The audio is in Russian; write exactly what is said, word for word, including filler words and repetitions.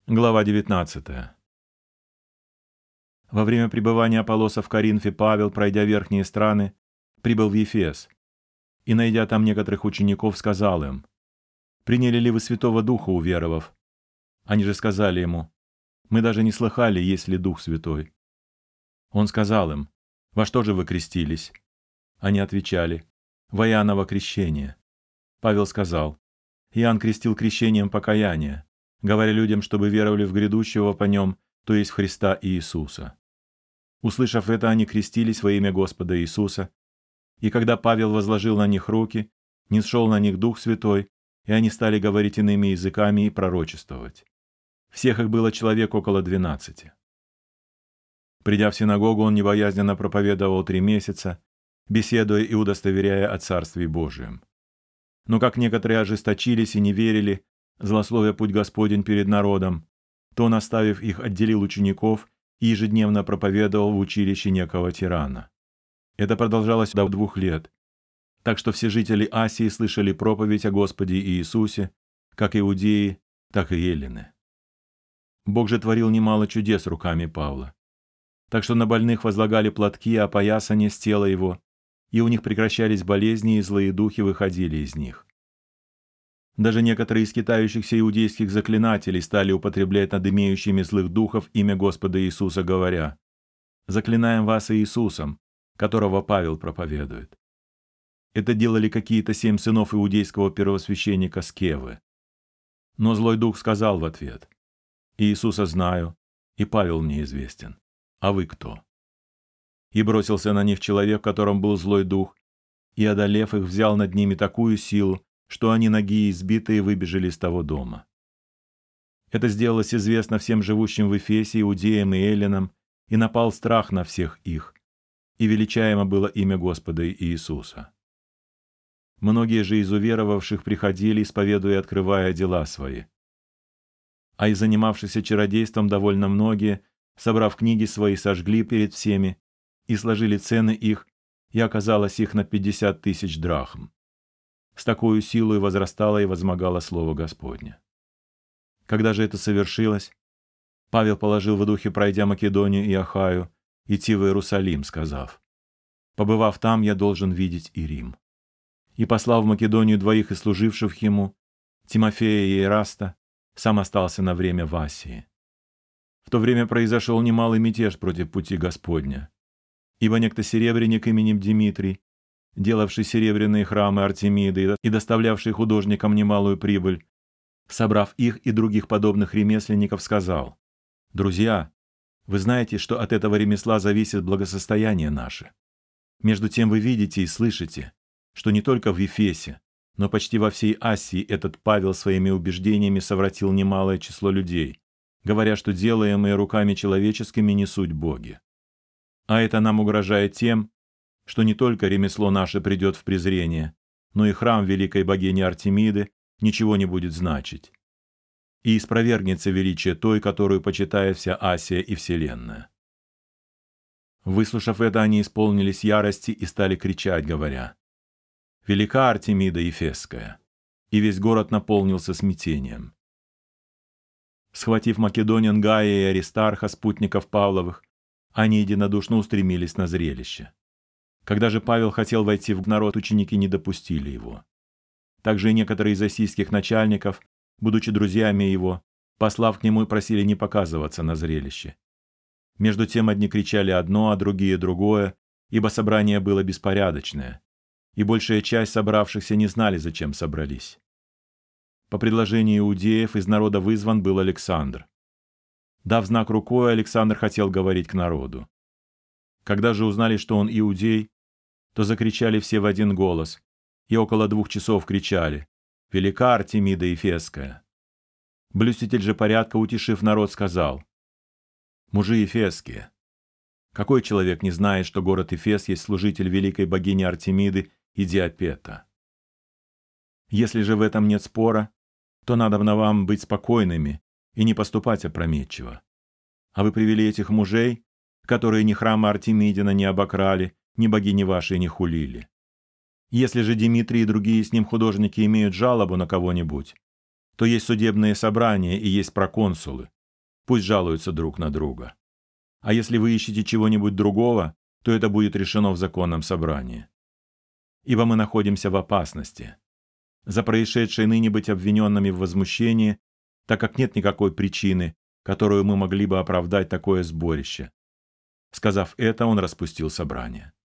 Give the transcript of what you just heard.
Глава девятнадцатая. Во время пребывания Аполлоса в Коринфе Павел, пройдя верхние страны, прибыл в Ефес, и, найдя там некоторых учеников, сказал им: «Приняли ли вы Святого Духа, уверовав?» Они же сказали ему: «Мы даже не слыхали, есть ли Дух Святой». Он сказал им: «Во что же вы крестились?» Они отвечали: «Во Иоанново крещение». Павел сказал: «Иоанн крестил крещением покаяния, говоря людям, чтобы веровали в грядущего по нем, то есть в Христа Иисуса». Услышав это, они крестились во имя Господа Иисуса, и когда Павел возложил на них руки, нисшел на них Дух Святой, и они стали говорить иными языками и пророчествовать. Всех их было человек около двенадцати. Придя в синагогу, он небоязненно проповедовал три месяца, беседуя и удостоверяя о Царстве Божием. Но как некоторые ожесточились и не верили, злословя путь Господень перед народом, то он, оставив их, отделил учеников и ежедневно проповедовал в училище некого тирана. Это продолжалось до двух лет, так что все жители Асии слышали проповедь о Господе Иисусе, как иудеи, так и эллины. Бог же творил немало чудес руками Павла, так что на больных возлагали платки, опоясания с тела его, и у них прекращались болезни, и злые духи выходили из них. Даже некоторые из скитающихся иудейских заклинателей стали употреблять над имеющими злых духов имя Господа Иисуса, говоря: «Заклинаем вас Иисусом, которого Павел проповедует». Это делали какие-то семь сынов иудейского первосвященника Скевы. Но злой дух сказал в ответ: «Иисуса знаю, и Павел мне известен. А вы кто?» И бросился на них человек, в котором был злой дух, и, одолев их, взял над ними такую силу, что они, ноги избитые, выбежали из того дома. Это сделалось известно всем живущим в Эфесе, иудеям и эллинам, и напал страх на всех их, и величаемо было имя Господа Иисуса. Многие же из уверовавших приходили, исповедуя и открывая дела свои. А из занимавшихся чародейством довольно многие, собрав книги свои, сожгли перед всеми и сложили цены их, и оказалось их на пятьдесят тысяч драхм. С такой силой возрастало и возмогало слово Господне. Когда же это совершилось, Павел положил в духе, пройдя Македонию и Ахаю, идти в Иерусалим, сказав: «Побывав там, я должен видеть и Рим». И послав в Македонию двоих из служивших ему, Тимофея и Ираста, сам остался на время в Асии. В то время произошел немалый мятеж против пути Господня, ибо некто серебряник именем Димитрий, делавший серебряные храмы Артемиды и доставлявший художникам немалую прибыль, собрав их и других подобных ремесленников, сказал: «Друзья, вы знаете, что от этого ремесла зависит благосостояние наше. Между тем вы видите и слышите, что не только в Ефесе, но почти во всей Асии этот Павел своими убеждениями совратил немалое число людей, говоря, что делаемые руками человеческими не суть боги. А это нам угрожает тем, что не только ремесло наше придет в презрение, но и храм великой богини Артемиды ничего не будет значить. И испровергнется величие той, которую почитает вся Асия и вселенная». Выслушав это, они исполнились ярости и стали кричать, говоря: «Велика Артемида Ефесская!» И весь город наполнился смятением. Схватив македонян Гая и Аристарха, спутников Павловых, они единодушно устремились на зрелище. Когда же Павел хотел войти в народ, ученики не допустили его. Также и некоторые из ассийских начальников, будучи друзьями его, послав к нему, просили не показываться на зрелище. Между тем одни кричали одно, а другие другое, ибо собрание было беспорядочное, и большая часть собравшихся не знали, зачем собрались. По предложению иудеев из народа вызван был Александр. Дав знак рукой, Александр хотел говорить к народу. Когда же узнали, что он иудей, то закричали все в один голос, и около двух часов кричали: «Велика Артемида Ефесская!» Блюститель же порядка, утешив народ, сказал: «Мужи ефесские, какой человек не знает, что город Эфес есть служитель великой богини Артемиды и Диапета? Если же в этом нет спора, то надобно вам быть спокойными и не поступать опрометчиво. А вы привели этих мужей, которые ни храма Артемидина не обокрали, ни богини вашей не хулили. Если же Димитрий и другие с ним художники имеют жалобу на кого-нибудь, то есть судебные собрания и есть проконсулы, Пусть жалуются друг на друга. А если вы ищете чего-нибудь другого, то это будет решено в законном собрании. Ибо мы находимся в опасности. За происшедшее ныне быть обвиненными в возмущении, так как нет никакой причины, которую мы могли бы оправдать такое сборище. Сказав это, он распустил собрание.